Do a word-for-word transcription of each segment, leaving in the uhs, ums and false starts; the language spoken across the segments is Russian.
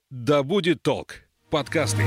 Да будет толк. Подкасты.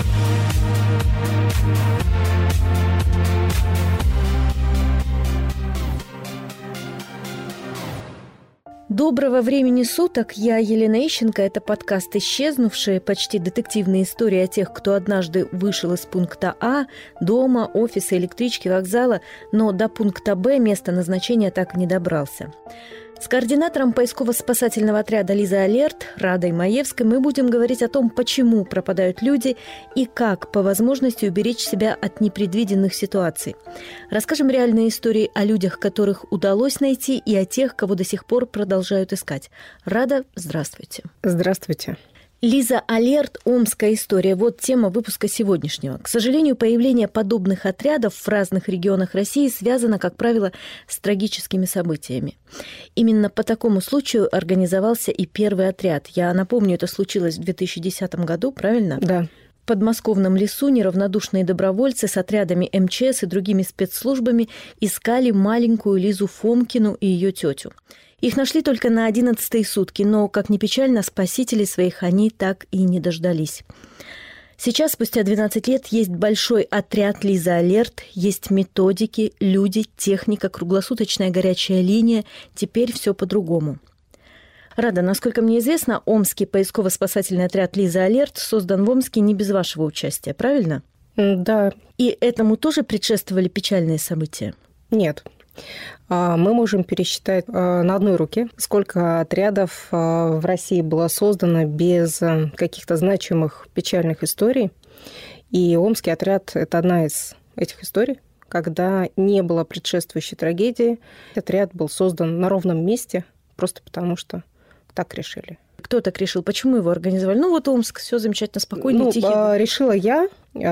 Доброго времени суток, я Елена Ищенко. Это подкаст «Исчезнувшие», почти детективные истории о тех, кто однажды вышел из пункта А, дома, офиса, электрички, вокзала, но до пункта Б места назначения так и не добрался. С координатором поисково-спасательного отряда «Лиза Алерт» Радой Маевской мы будем говорить о том, почему пропадают люди и как по возможности уберечь себя от непредвиденных ситуаций. Расскажем реальные истории о людях, которых удалось найти, и о тех, кого до сих пор продолжают искать. Рада, здравствуйте. Здравствуйте. Лиза Алерт, омская история. Вот тема выпуска сегодняшнего. К сожалению, появление подобных отрядов в разных регионах России связано, как правило, с трагическими событиями. Именно по такому случаю организовался и первый отряд. Я напомню, это случилось в две тысячи десятом году, правильно? Да. В подмосковном лесу неравнодушные добровольцы с отрядами эм че эс и другими спецслужбами искали маленькую Лизу Фомкину и ее тетю. Их нашли только на одиннадцатые сутки, но, как ни печально, спасителей своих они так и не дождались. Сейчас, спустя двенадцать лет, есть большой отряд «Лиза Алерт», есть методики, люди, техника, круглосуточная горячая линия. Теперь все по-другому. Рада, насколько мне известно, омский поисково-спасательный отряд «Лиза Алерт» создан в Омске не без вашего участия, правильно? Да. И этому тоже предшествовали печальные события? Нет. Мы можем пересчитать на одной руке, сколько отрядов в России было создано без каких-то значимых печальных историй. И омский отряд – это одна из этих историй, когда не было предшествующей трагедии. Отряд был создан на ровном месте, просто потому что так решили. Кто так решил? Почему его организовали? Ну вот Омск, все замечательно, спокойно, ну, тихий. Решила я.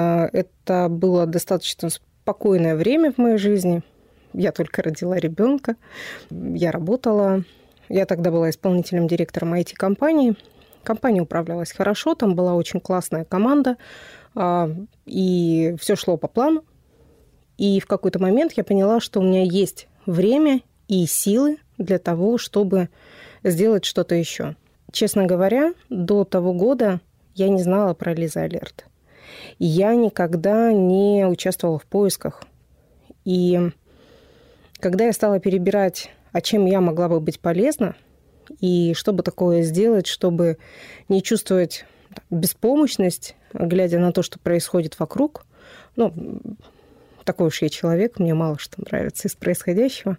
Это было достаточно спокойное время в моей жизни. Я только родила ребенка, я работала. Я тогда была исполнительным директором ай ти-компании. Компания управлялась хорошо, там была очень классная команда, и все шло по плану. И в какой-то момент я поняла, что у меня есть время и силы для того, чтобы сделать что-то еще. Честно говоря, до того года я не знала про Лизу Алерт. Я никогда не участвовала в поисках. И когда я стала перебирать, а чем я могла бы быть полезна, и что бы такое сделать, чтобы не чувствовать беспомощность, глядя на то, что происходит вокруг, ну, такой уж я человек, мне мало что нравится из происходящего,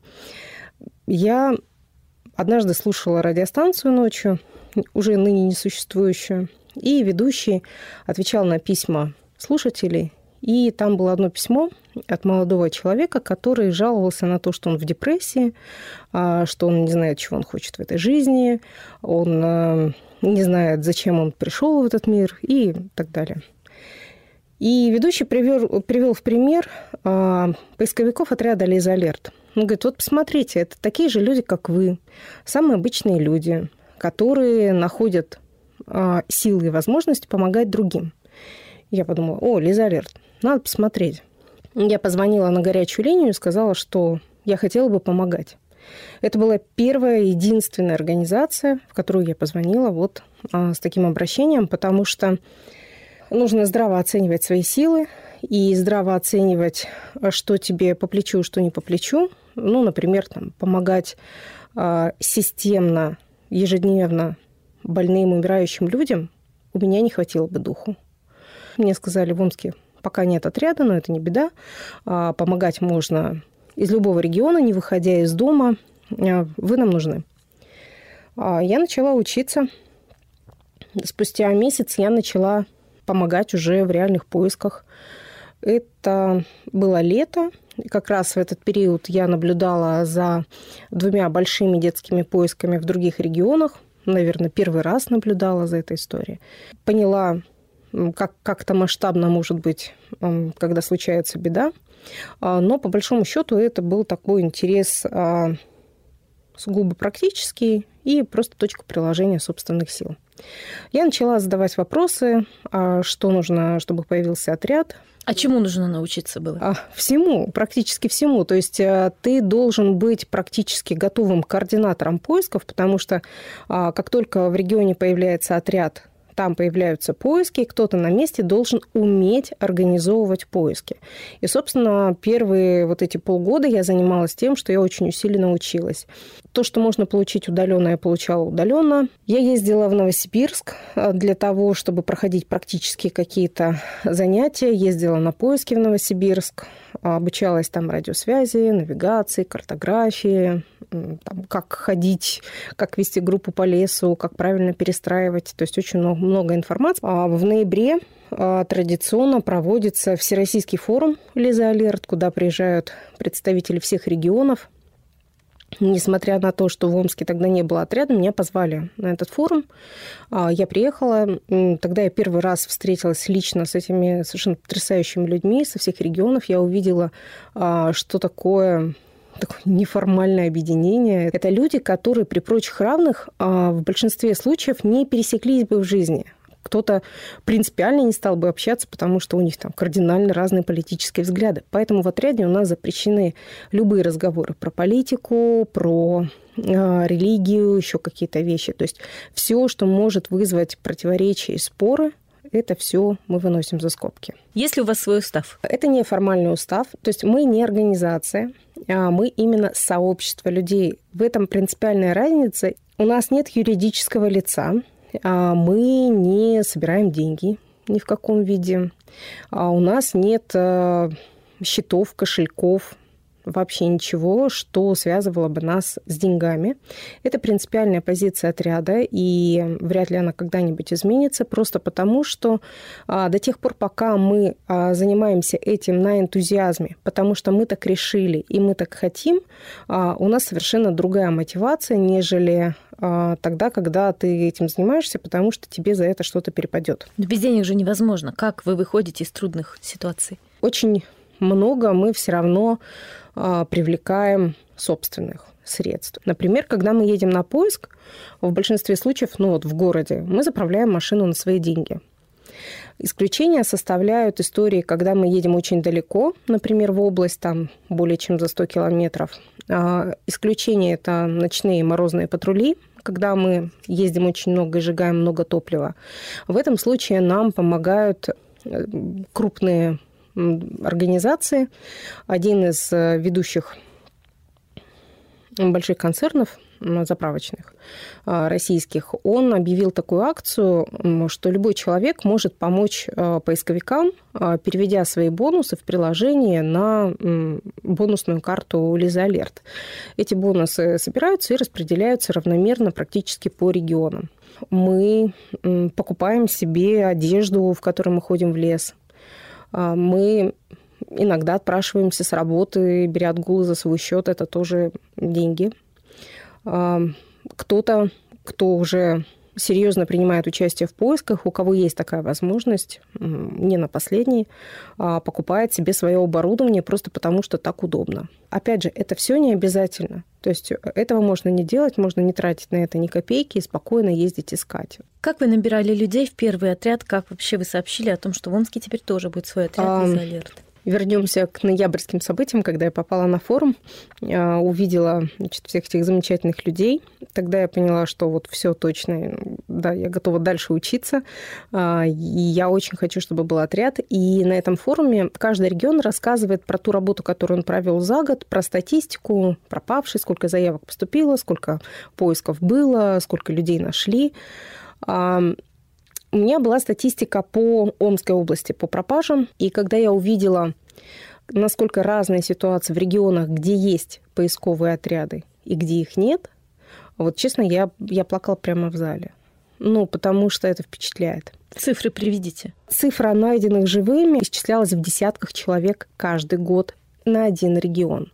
я однажды слушала радиостанцию ночью, уже ныне несуществующую, и ведущий отвечал на письма слушателей. И там было одно письмо от молодого человека, который жаловался на то, что он в депрессии, что он не знает, чего он хочет в этой жизни, он не знает, зачем он пришел в этот мир и так далее. И ведущий привел, привел в пример поисковиков отряда «Лиза Алерт». Он говорит, вот посмотрите, это такие же люди, как вы, самые обычные люди, которые находят силы и возможности помогать другим. Я подумала, о, Лиза Алерт, надо посмотреть. Я позвонила на горячую линию и сказала, что я хотела бы помогать. Это была первая, единственная организация, в которую я позвонила вот а, с таким обращением, потому что нужно здраво оценивать свои силы и здраво оценивать, что тебе по плечу, что не по плечу. Ну, например, там, помогать а, системно, ежедневно больным, умирающим людям у меня не хватило бы духу. Мне сказали в Омске, пока нет отряда, но это не беда. Помогать можно из любого региона, не выходя из дома. Вы нам нужны. Я начала учиться. Спустя месяц я начала помогать уже в реальных поисках. Это было лето. Как раз в этот период я наблюдала за двумя большими детскими поисками в других регионах. Наверное, первый раз наблюдала за этой историей. Поняла, как, как это масштабно может быть, когда случается беда. Но, по большому счету, это был такой интерес сугубо практический и просто точка приложения собственных сил. Я начала задавать вопросы, что нужно, чтобы появился отряд. А чему нужно научиться было? Всему, практически всему. То есть ты должен быть практически готовым координатором поисков, потому что как только в регионе появляется отряд, там появляются поиски, и кто-то на месте должен уметь организовывать поиски. И, собственно, первые вот эти полгода я занималась тем, что я очень усиленно училась. То, что можно получить удаленно, я получала удаленно. Я ездила в Новосибирск для того, чтобы проходить практически какие-то занятия. Ездила на поиски в Новосибирск, обучалась там радиосвязи, навигации, картографии, там, как ходить, как вести группу по лесу, как правильно перестраивать. То есть очень много, много информации. А в ноябре традиционно проводится Всероссийский форум «Лиза Алерт», куда приезжают представители всех регионов. Несмотря на то, что в Омске тогда не было отряда, меня позвали на этот форум. Я приехала. Тогда я первый раз встретилась лично с этими совершенно потрясающими людьми со всех регионов. Я увидела, что такое такое неформальное объединение. Это люди, которые при прочих равных в большинстве случаев не пересеклись бы в жизни. Кто-то принципиально не стал бы общаться, потому что у них там кардинально разные политические взгляды. Поэтому в отряде у нас запрещены любые разговоры про политику, про э, религию, еще какие-то вещи. То есть все, что может вызвать противоречия и споры, это все мы выносим за скобки. Есть ли у вас свой устав? Это не формальный устав. То есть мы не организация, а мы именно сообщество людей. В этом принципиальная разница. У нас нет юридического лица. Мы не собираем деньги ни в каком виде. У нас нет счетов, кошельков, вообще ничего, что связывало бы нас с деньгами. Это принципиальная позиция отряда, и вряд ли она когда-нибудь изменится, просто потому что до тех пор, пока мы занимаемся этим на энтузиазме, потому что мы так решили и мы так хотим, у нас совершенно другая мотивация, нежели тогда, когда ты этим занимаешься, потому что тебе за это что-то перепадет. Но без денег же невозможно. Как вы выходите из трудных ситуаций? Очень много мы все равно привлекаем собственных средств. Например, когда мы едем на поиск, в большинстве случаев, ну вот в городе, мы заправляем машину на свои деньги. Исключения составляют истории, когда мы едем очень далеко, например, в область, там, более чем за сто километров. Исключение – это ночные морозные патрули, когда мы ездим очень много и сжигаем много топлива. В этом случае нам помогают крупные организации. Один из ведущих больших концернов заправочных российских, он объявил такую акцию, что любой человек может помочь поисковикам, переведя свои бонусы в приложение на бонусную карту Лиза Алерт. Эти бонусы собираются и распределяются равномерно практически по регионам. Мы покупаем себе одежду, в которой мы ходим в лес. Мы иногда отпрашиваемся с работы, беря отгулы за свой счет, это тоже деньги. Кто-то, кто уже серьезно принимает участие в поисках, у кого есть такая возможность, не на последний, покупает себе свое оборудование просто потому, что так удобно. Опять же, это все не обязательно. То есть этого можно не делать, можно не тратить на это ни копейки и спокойно ездить искать. Как вы набирали людей в первый отряд? Как вообще вы сообщили о том, что в Омске теперь тоже будет свой отряд Лиза Алерт? Вернемся к ноябрьским событиям, когда я попала на форум, увидела, значит, всех этих замечательных людей. Тогда я поняла, что вот все точно, да, я готова дальше учиться. И я очень хочу, чтобы был отряд. И на этом форуме каждый регион рассказывает про ту работу, которую он провел за год, про статистику, пропавших, сколько заявок поступило, сколько поисков было, сколько людей нашли. У меня была статистика по Омской области, по пропажам. И когда я увидела, насколько разные ситуации в регионах, где есть поисковые отряды и где их нет, вот честно, я, я плакала прямо в зале. Ну, потому что это впечатляет. Цифры приведите. Цифра найденных живыми исчислялась в десятках человек каждый год на один регион.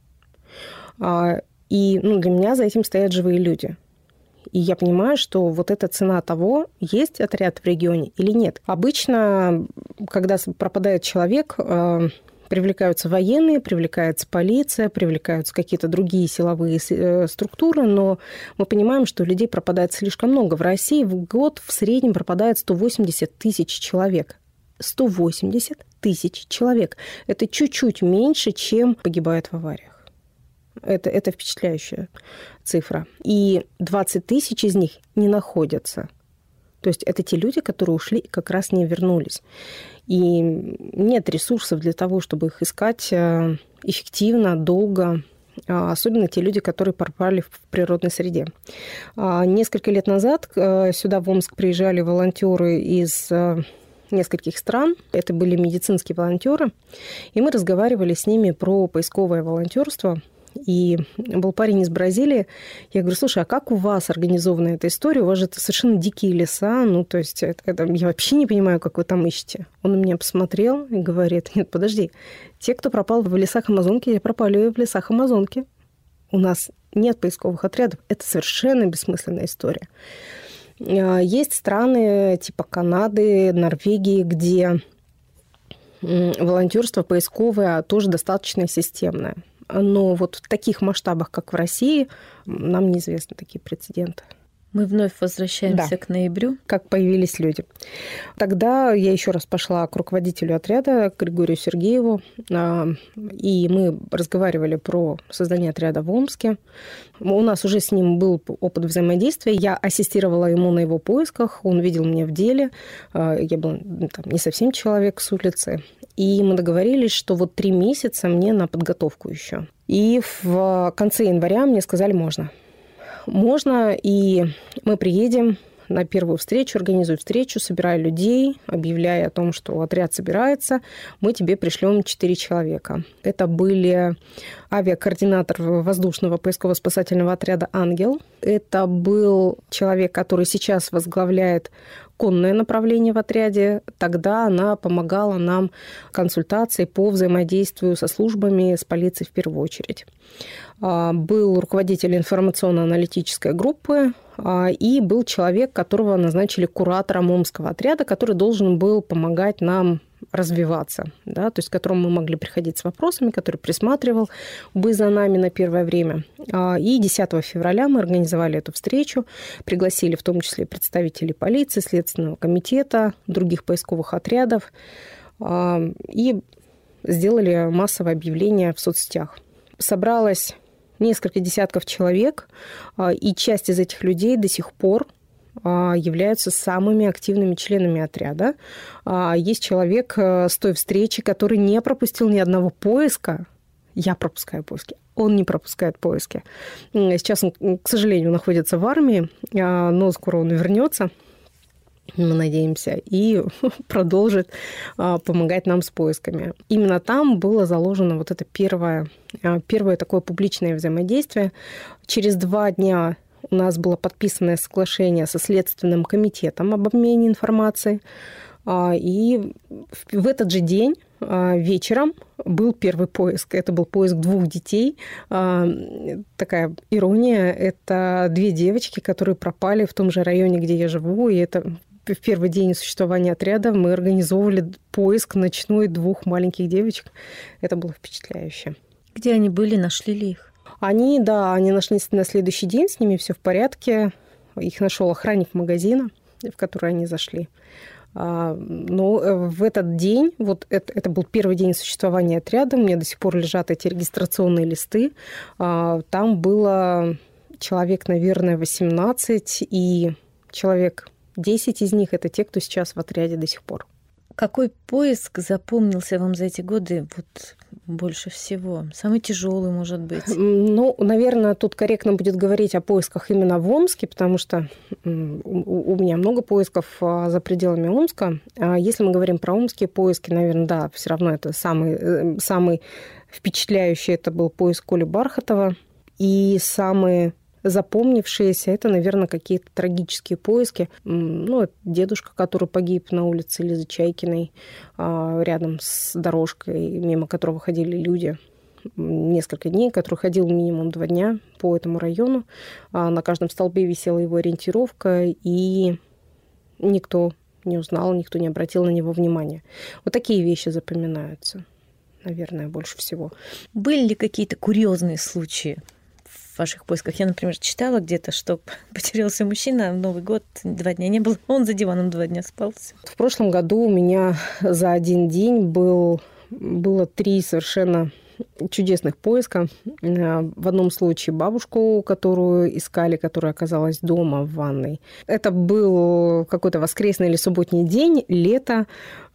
И ну, для меня за этим стоят живые люди. И я понимаю, что вот эта цена того, есть отряд в регионе или нет. Обычно, когда пропадает человек, привлекаются военные, привлекается полиция, привлекаются какие-то другие силовые структуры, но мы понимаем, что людей пропадает слишком много. В России в год в среднем пропадает сто восемьдесят тысяч человек. сто восемьдесят тысяч человек. Это чуть-чуть меньше, чем погибает в авариях. Это, это впечатляющая цифра. И двадцать тысяч из них не находятся. То есть это те люди, которые ушли и как раз не вернулись. И нет ресурсов для того, чтобы их искать эффективно, долго, особенно те люди, которые пропали в природной среде. Несколько лет назад сюда, в Омск, приезжали волонтеры из нескольких стран. Это были медицинские волонтеры. И мы разговаривали с ними про поисковое волонтерство. И был парень из Бразилии. Я говорю, слушай, а как у вас организована эта история? У вас же это совершенно дикие леса. Ну, то есть это, это, я вообще не понимаю, как вы там ищете. Он на меня посмотрел и говорит, нет, подожди. Те, кто пропал в лесах Амазонки, пропали в лесах Амазонки. У нас нет поисковых отрядов. Это совершенно бессмысленная история. Есть страны типа Канады, Норвегии, где волонтерство поисковое тоже достаточно системное. Но вот в таких масштабах, как в России, нам неизвестны такие прецеденты. Мы вновь возвращаемся да. к ноябрю. Как появились люди. Тогда я еще раз пошла к руководителю отряда, к Григорию Сергееву, и мы разговаривали про создание отряда в Омске. У нас уже с ним был опыт взаимодействия. Я ассистировала ему на его поисках, он видел меня в деле. Я была там, не совсем человек с улицы. И мы договорились, что вот три месяца мне на подготовку еще. И в конце января мне сказали, можно. Можно, и мы приедем на первую встречу, организуем встречу, собирая людей, объявляя о том, что отряд собирается, мы тебе пришлем четыре человека. Это были авиакоординатор воздушного поисково-спасательного отряда «Ангел». Это был человек, который сейчас возглавляет конное направление в отряде. Тогда она помогала нам консультацией по взаимодействию со службами, с полицией в первую очередь. Был руководитель информационно-аналитической группы и был человек, которого назначили куратором Омского отряда, который должен был помогать нам развиваться, да, то есть к которому мы могли приходить с вопросами, который присматривал бы за нами на первое время. И десятого февраля мы организовали эту встречу, пригласили в том числе представителей полиции, Следственного комитета, других поисковых отрядов и сделали массовое объявление в соцсетях. Собралось несколько десятков человек, и часть из этих людей до сих пор являются самыми активными членами отряда. Есть человек с той встречи, который не пропустил ни одного поиска. Я пропускаю поиски. Он не пропускает поиски. Сейчас он, к сожалению, находится в армии, но скоро он вернется, мы надеемся, и продолжит помогать нам с поисками. Именно там было заложено вот это первое, первое такое публичное взаимодействие. Через два дня у нас было подписанное соглашение со Следственным комитетом об обмене информацией. И в этот же день вечером был первый поиск. Это был поиск двух детей. Такая ирония. Это две девочки, которые пропали в том же районе, где я живу. И это в первый день существования отряда мы организовывали поиск ночной двух маленьких девочек. Это было впечатляюще. Где они были? Нашли ли их? Они, да, они нашлись на следующий день, с ними все в порядке. Их нашел охранник магазина, в который они зашли. Но в этот день, вот это, это был первый день существования отряда, у меня до сих пор лежат эти регистрационные листы. Там было человек, наверное, восемнадцать, и человек десять из них – это те, кто сейчас в отряде до сих пор. Какой поиск запомнился вам за эти годы вот больше всего? Самый тяжелый, может быть? Ну, наверное, тут корректно будет говорить о поисках именно в Омске, потому что у меня много поисков за пределами Омска. Если мы говорим про омские поиски, наверное, да, все равно это самый, самый впечатляющий, это был поиск Коли Бархатова. И самые запомнившиеся, это, наверное, какие-то трагические поиски. Ну, дедушка, который погиб на улице Лизы Чайкиной, рядом с дорожкой, мимо которого ходили люди несколько дней, который ходил минимум два дня по этому району. На каждом столбе висела его ориентировка, и никто не узнал, никто не обратил на него внимания. Вот такие вещи запоминаются, наверное, больше всего. Были ли какие-то курьезные случаи в ваших поисках? Я, например, читала где-то, что потерялся мужчина, в Новый год два дня не было, он за диваном два дня спал. В прошлом году у меня за один день был, было три совершенно чудесных поиска. В одном случае бабушку, которую искали, которая оказалась дома в ванной. Это был какой-то воскресный или субботний день, лето.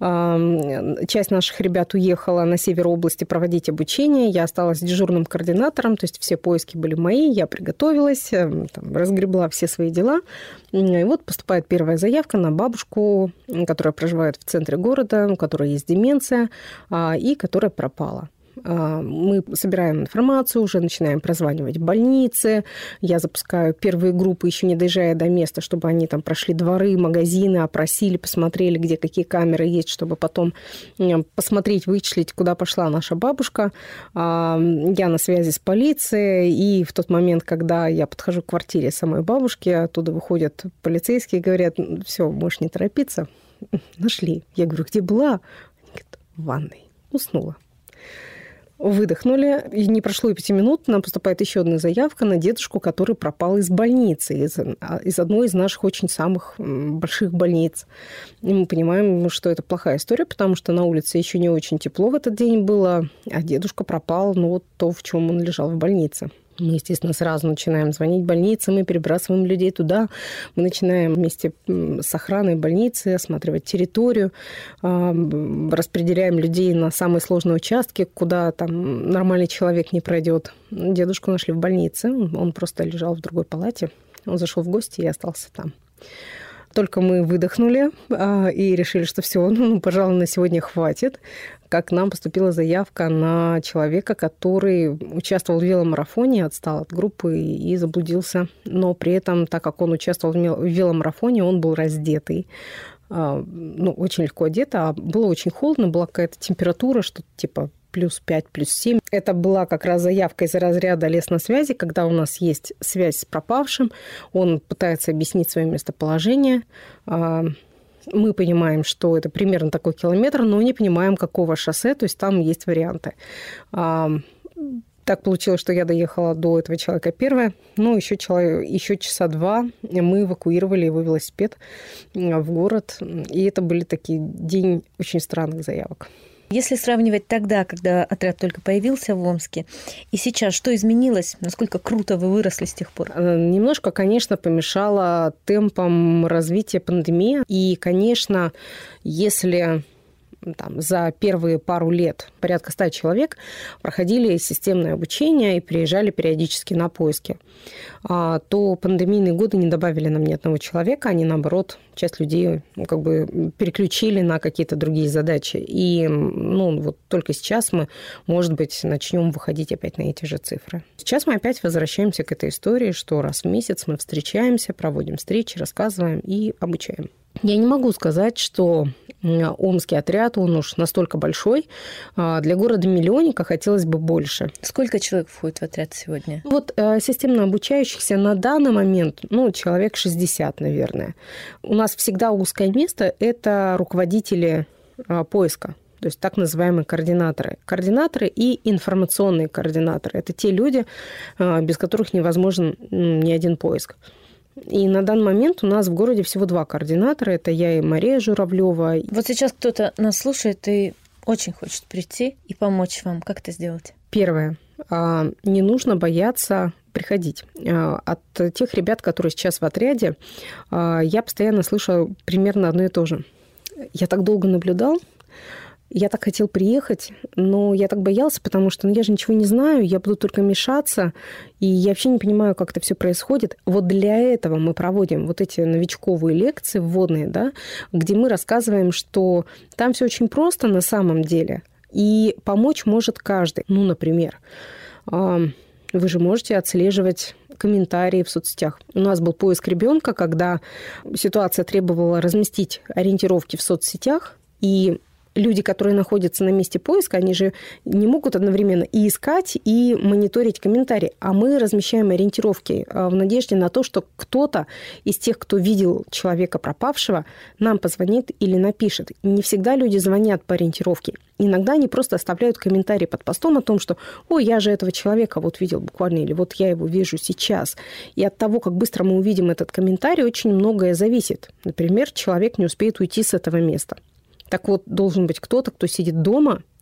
Часть наших ребят уехала на север области проводить обучение. Я осталась дежурным координатором, то есть все поиски были мои. Я приготовилась, там, разгребла все свои дела. И вот поступает первая заявка на бабушку, которая проживает в центре города, у которой есть деменция и которая пропала. Мы собираем информацию, уже начинаем прозванивать больницы. Я запускаю первые группы, еще не доезжая до места, чтобы они там прошли дворы, магазины, опросили, посмотрели, где какие камеры есть, чтобы потом посмотреть, вычислить, куда пошла наша бабушка. Я на связи с полицией, и в тот момент, когда я подхожу к квартире самой бабушки, оттуда выходят полицейские и говорят: все, можешь не торопиться. Нашли. Я говорю: где была? Они говорят: в ванной. Уснула. Выдохнули, и не прошло и пяти минут, нам поступает еще одна заявка на дедушку, который пропал из больницы, из, из одной из наших очень самых больших больниц. И мы понимаем, что это плохая история, потому что на улице еще не очень тепло в этот день было, а дедушка пропал, ну, вот то, в чем он лежал в больнице. Мы, естественно, сразу начинаем звонить больнице, мы перебрасываем людей туда, мы начинаем вместе с охраной больницы осматривать территорию, распределяем людей на самые сложные участки, куда там нормальный человек не пройдет. Дедушку нашли в больнице, он просто лежал в другой палате, он зашел в гости и остался там. Только мы выдохнули а, и решили, что все, ну, пожалуй, на сегодня хватит, как нам поступила заявка на человека, который участвовал в веломарафоне, отстал от группы и заблудился. Но при этом, так как он участвовал в веломарафоне, он был раздетый. А, ну, очень легко одет, а было очень холодно, была какая-то температура, что-то типа плюс пять, плюс семь. Это была как раз заявка из разряда лес на связи, когда у нас есть связь с пропавшим, он пытается объяснить свое местоположение. Мы понимаем, что это примерно такой километр, но не понимаем, какого шоссе, то есть там есть варианты. Так получилось, что я доехала до этого человека первая. Ну, еще, человек, еще часа два мы эвакуировали его велосипед в город. И это были такие день очень странных заявок. Если сравнивать тогда, когда отряд только появился в Омске, и сейчас, что изменилось? Насколько круто вы выросли с тех пор? Немножко, конечно, помешала темпам развития пандемии. И, конечно, если там, за первые пару лет порядка ста человек проходили системное обучение и приезжали периодически на поиски, то пандемийные годы не добавили нам ни одного человека, они, наоборот, часть людей ну, как бы переключили на какие-то другие задачи. И ну, вот только сейчас мы, может быть, начнем выходить опять на эти же цифры. Сейчас мы опять возвращаемся к этой истории, что раз в месяц мы встречаемся, проводим встречи, рассказываем и обучаем. Я не могу сказать, что омский отряд, он уж настолько большой. Для города-миллионника хотелось бы больше. Сколько человек входит в отряд сегодня? Вот системно обучающихся на данный момент, ну, человек шестьдесят, наверное. У нас всегда узкое место – это руководители поиска. То есть так называемые координаторы. Координаторы и информационные координаторы. Это те люди, без которых невозможен ни один поиск. И на данный момент у нас в городе всего два координатора. Это я и Мария Журавлева. Вот сейчас кто-то нас слушает и очень хочет прийти и помочь вам. Как это сделать? Первое. Не нужно бояться приходить. От тех ребят, которые сейчас в отряде, я постоянно слышу примерно одно и то же. Я так долго наблюдал, я так хотел приехать, но я так боялся, потому что ну, я же ничего не знаю, я буду только мешаться, и я вообще не понимаю, как это все происходит. Вот для этого мы проводим вот эти новичковые лекции вводные, да, где мы рассказываем, что там все очень просто на самом деле, и помочь может каждый. Ну, например, вы же можете отслеживать комментарии в соцсетях. У нас был поиск ребенка, когда ситуация требовала разместить ориентировки в соцсетях, и люди, которые находятся на месте поиска, они же не могут одновременно и искать, и мониторить комментарии. А мы размещаем ориентировки в надежде на то, что кто-то из тех, кто видел человека пропавшего, нам позвонит или напишет. И не всегда люди звонят по ориентировке. Иногда они просто оставляют комментарии под постом о том, что «Ой, я же этого человека вот видел буквально», или «Вот я его вижу сейчас». И от того, как быстро мы увидим этот комментарий, очень многое зависит. Например, человек не успеет уйти с этого места. Так вот, должен быть кто-то, кто сидит дома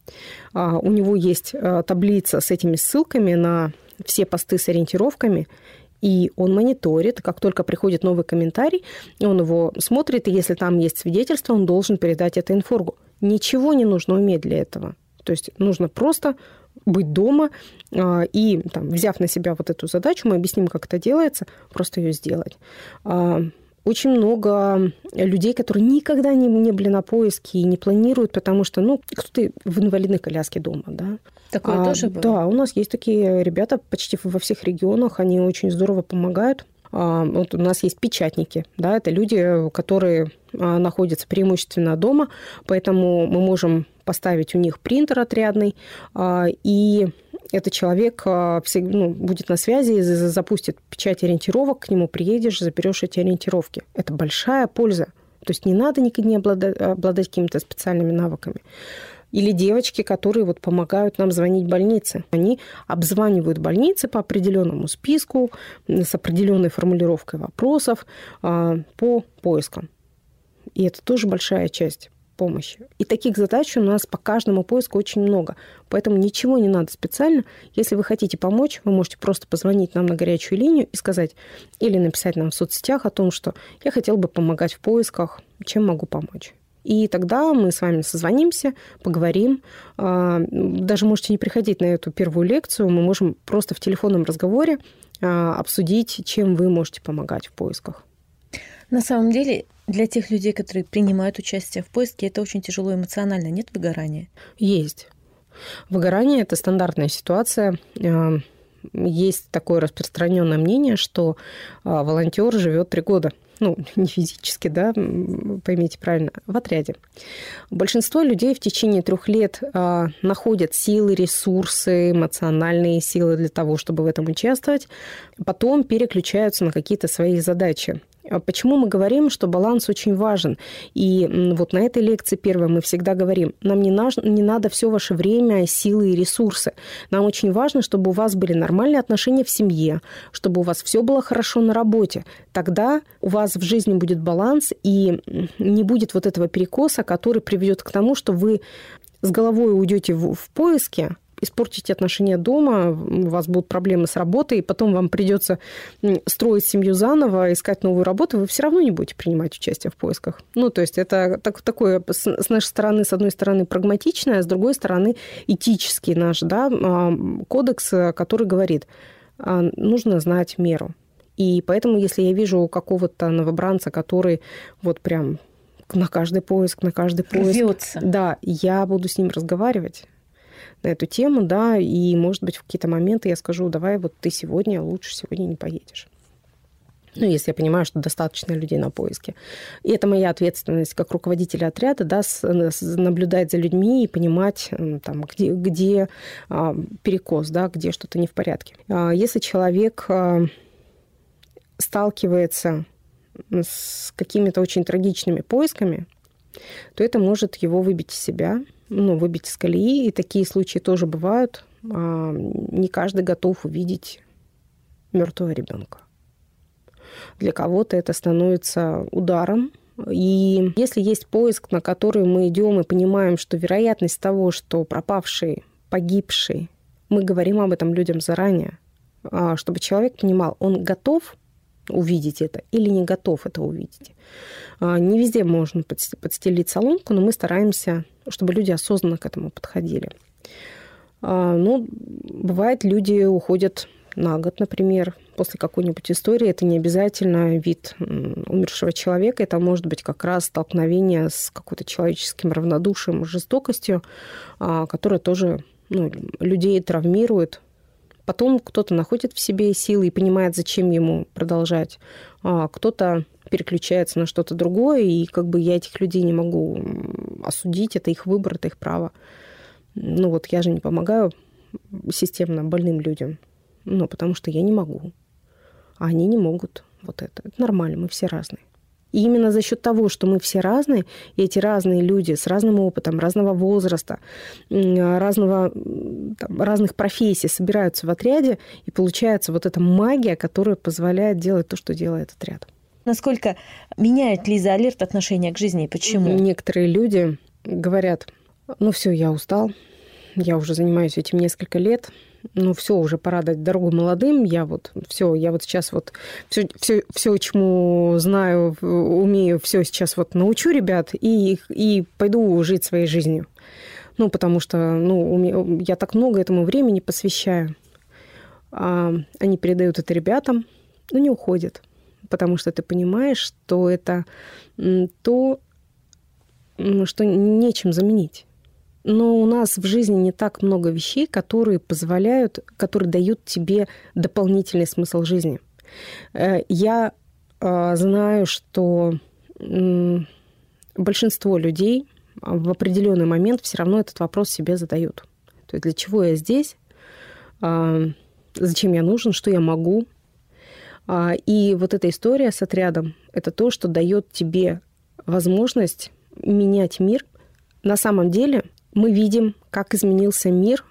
У него есть таблица с этими ссылками на все посты с ориентировками, и он мониторит, как только приходит новый комментарий, он его смотрит, и если там есть свидетельство, он должен передать это инфоргу. Ничего не нужно уметь для этого. То есть нужно просто быть дома и, там, взяв на себя вот эту задачу, мы объясним, как это делается, просто ее сделать. Очень много людей, которые никогда не, не были на поиске и не планируют, потому что, ну, кто-то в инвалидной коляске дома, да. Такое а, тоже было? Да, у нас есть такие ребята почти во всех регионах, они очень здорово помогают. А, вот у нас есть печатники, да, это люди, которые а, находятся преимущественно дома, поэтому мы можем поставить у них принтер отрядный, а, и этот человек ну, будет на связи, запустит печать ориентировок, к нему приедешь, заберешь эти ориентировки. Это большая польза. То есть не надо никогда не обладать, обладать какими-то специальными навыками. Или девочки, которые вот помогают нам звонить в больницы. Они обзванивают больницы по определенному списку, с определенной формулировкой вопросов по поискам. И это тоже большая часть помощи. И таких задач у нас по каждому поиску очень много. Поэтому ничего не надо специально. Если вы хотите помочь, вы можете просто позвонить нам на горячую линию и сказать, или написать нам в соцсетях о том, что я хотел бы помогать в поисках, чем могу помочь. И тогда мы с вами созвонимся, поговорим. Даже можете не приходить на эту первую лекцию, мы можем просто в телефонном разговоре обсудить, чем вы можете помогать в поисках. На самом деле, для тех людей, которые принимают участие в поиске, это очень тяжело эмоционально. Нет выгорания? Есть. Выгорание – это стандартная ситуация. Есть такое распространенное мнение, что волонтер живет три года. Ну, не физически, да, поймите правильно, в отряде. Большинство людей в течение трех лет находят силы, ресурсы, эмоциональные силы для того, чтобы в этом участвовать, потом переключаются на какие-то свои задачи. Почему мы говорим, что баланс очень важен? И вот на этой лекции первой мы всегда говорим, нам не, на, не надо все ваше время, силы и ресурсы. Нам очень важно, чтобы у вас были нормальные отношения в семье, чтобы у вас все было хорошо на работе. Тогда у вас в жизни будет баланс, и не будет вот этого перекоса, который приведет к тому, что вы с головой уйдете в, в поиске, испортите отношения дома, у вас будут проблемы с работой, и потом вам придется строить семью заново, искать новую работу, вы все равно не будете принимать участие в поисках. Ну, то есть это так, такое с нашей стороны, с одной стороны, прагматичное, а с другой стороны, этический наш, да, кодекс, который говорит, нужно знать меру. И поэтому, если я вижу какого-то новобранца, который вот прям на каждый поиск, на каждый поиск... Рвётся. Да, я буду с ним разговаривать на эту тему, да, и, может быть, в какие-то моменты я скажу, давай вот ты сегодня, лучше сегодня не поедешь. Ну, если я понимаю, что достаточно людей на поиске. И это моя ответственность как руководителя отряда, да, с, с, наблюдать за людьми и понимать, там, где, где а, перекос, да, где что-то не в порядке. А, если человек а, сталкивается с какими-то очень трагичными поисками, то это может его выбить из себя, ну, выбить из колеи. И такие случаи тоже бывают. Не каждый готов увидеть мертвого ребенка. Для кого-то это становится ударом. И если есть поиск, на который мы идем и понимаем, что вероятность того, что пропавший, погибший, мы говорим об этом людям заранее, чтобы человек понимал, он готов увидеть это или не готов это увидеть. Не везде можно подстелить соломку, но мы стараемся, чтобы люди осознанно к этому подходили. Ну, бывает, люди уходят на год, например, после какой-нибудь истории. Это не обязательно вид умершего человека, это может быть как раз столкновение с какой-то человеческим равнодушием, жестокостью, которая тоже, ну, людей травмирует. Потом кто-то находит в себе силы и понимает, зачем ему продолжать. А кто-то переключается на что-то другое, и как бы я этих людей не могу осудить, это их выбор, это их право. Ну вот я же не помогаю системно больным людям, ну потому что я не могу, а они не могут. Вот это. Это нормально, мы все разные. И именно за счет того, что мы все разные, и эти разные люди с разным опытом, разного возраста, разного, там, разных профессий собираются в отряде, и получается вот эта магия, которая позволяет делать то, что делает отряд. Насколько меняет ли изолерт отношение к жизни и почему? Некоторые люди говорят, ну все, я устал, я уже занимаюсь этим несколько лет. Ну, все, уже пора дать дорогу молодым. Я вот все, я вот сейчас вот все, все, все, чему знаю, умею, все сейчас вот научу ребят и, и пойду жить своей жизнью. Ну, потому что ну, я так много этому времени посвящаю. А они передают это ребятам, но не уходят. Потому что ты понимаешь, что это то, что нечем заменить. Но у нас в жизни не так много вещей, которые позволяют, которые дают тебе дополнительный смысл жизни. Я знаю, что большинство людей в определенный момент все равно этот вопрос себе задают. То есть для чего я здесь, зачем я нужен, что я могу. И вот эта история с отрядом – это то, что дает тебе возможность менять мир. На самом деле мы видим, как изменился мир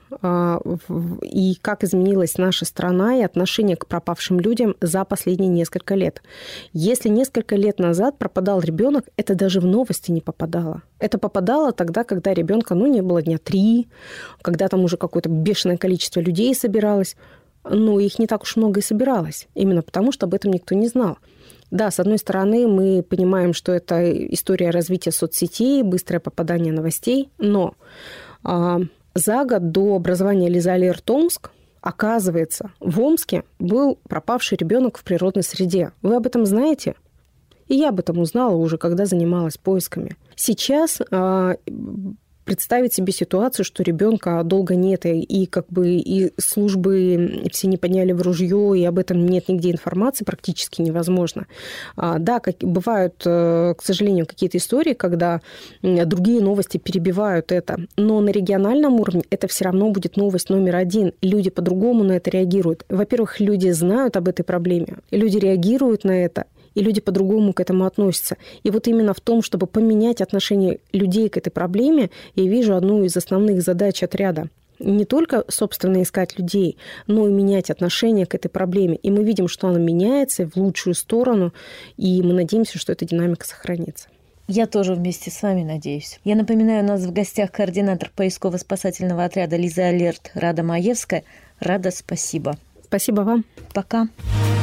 и как изменилась наша страна и отношение к пропавшим людям за последние несколько лет. Если несколько лет назад пропадал ребенок, это даже в новости не попадало. Это попадало тогда, когда ребенка ну, не было дня три, когда там уже какое-то бешеное количество людей собиралось. Но их не так уж много и собиралось, именно потому, что об этом никто не знал. Да, с одной стороны, мы понимаем, что это история развития соцсетей, быстрое попадание новостей, но а, за год до образования Лиза Алерт Омск, оказывается, в Омске был пропавший ребенок в природной среде. Вы об этом знаете? И я об этом узнала уже, когда занималась поисками. Сейчас а, представить себе ситуацию, что ребенка долго нет, и как бы и службы все не подняли в ружье, и об этом нет нигде информации, практически невозможно. Да, как, бывают, к сожалению, какие-то истории, когда другие новости перебивают это, но на региональном уровне это все равно будет новость номер один. Люди по-другому на это реагируют. Во-первых, люди знают об этой проблеме, люди реагируют на это, и люди по-другому к этому относятся. И вот именно в том, чтобы поменять отношение людей к этой проблеме, я вижу одну из основных задач отряда. Не только, собственно, искать людей, но и менять отношение к этой проблеме. И мы видим, что она меняется в лучшую сторону, и мы надеемся, что эта динамика сохранится. Я тоже вместе с вами надеюсь. Я напоминаю, у нас в гостях координатор поисково-спасательного отряда Лиза Алерт Рада Маевская. Рада, спасибо. Спасибо вам. Пока.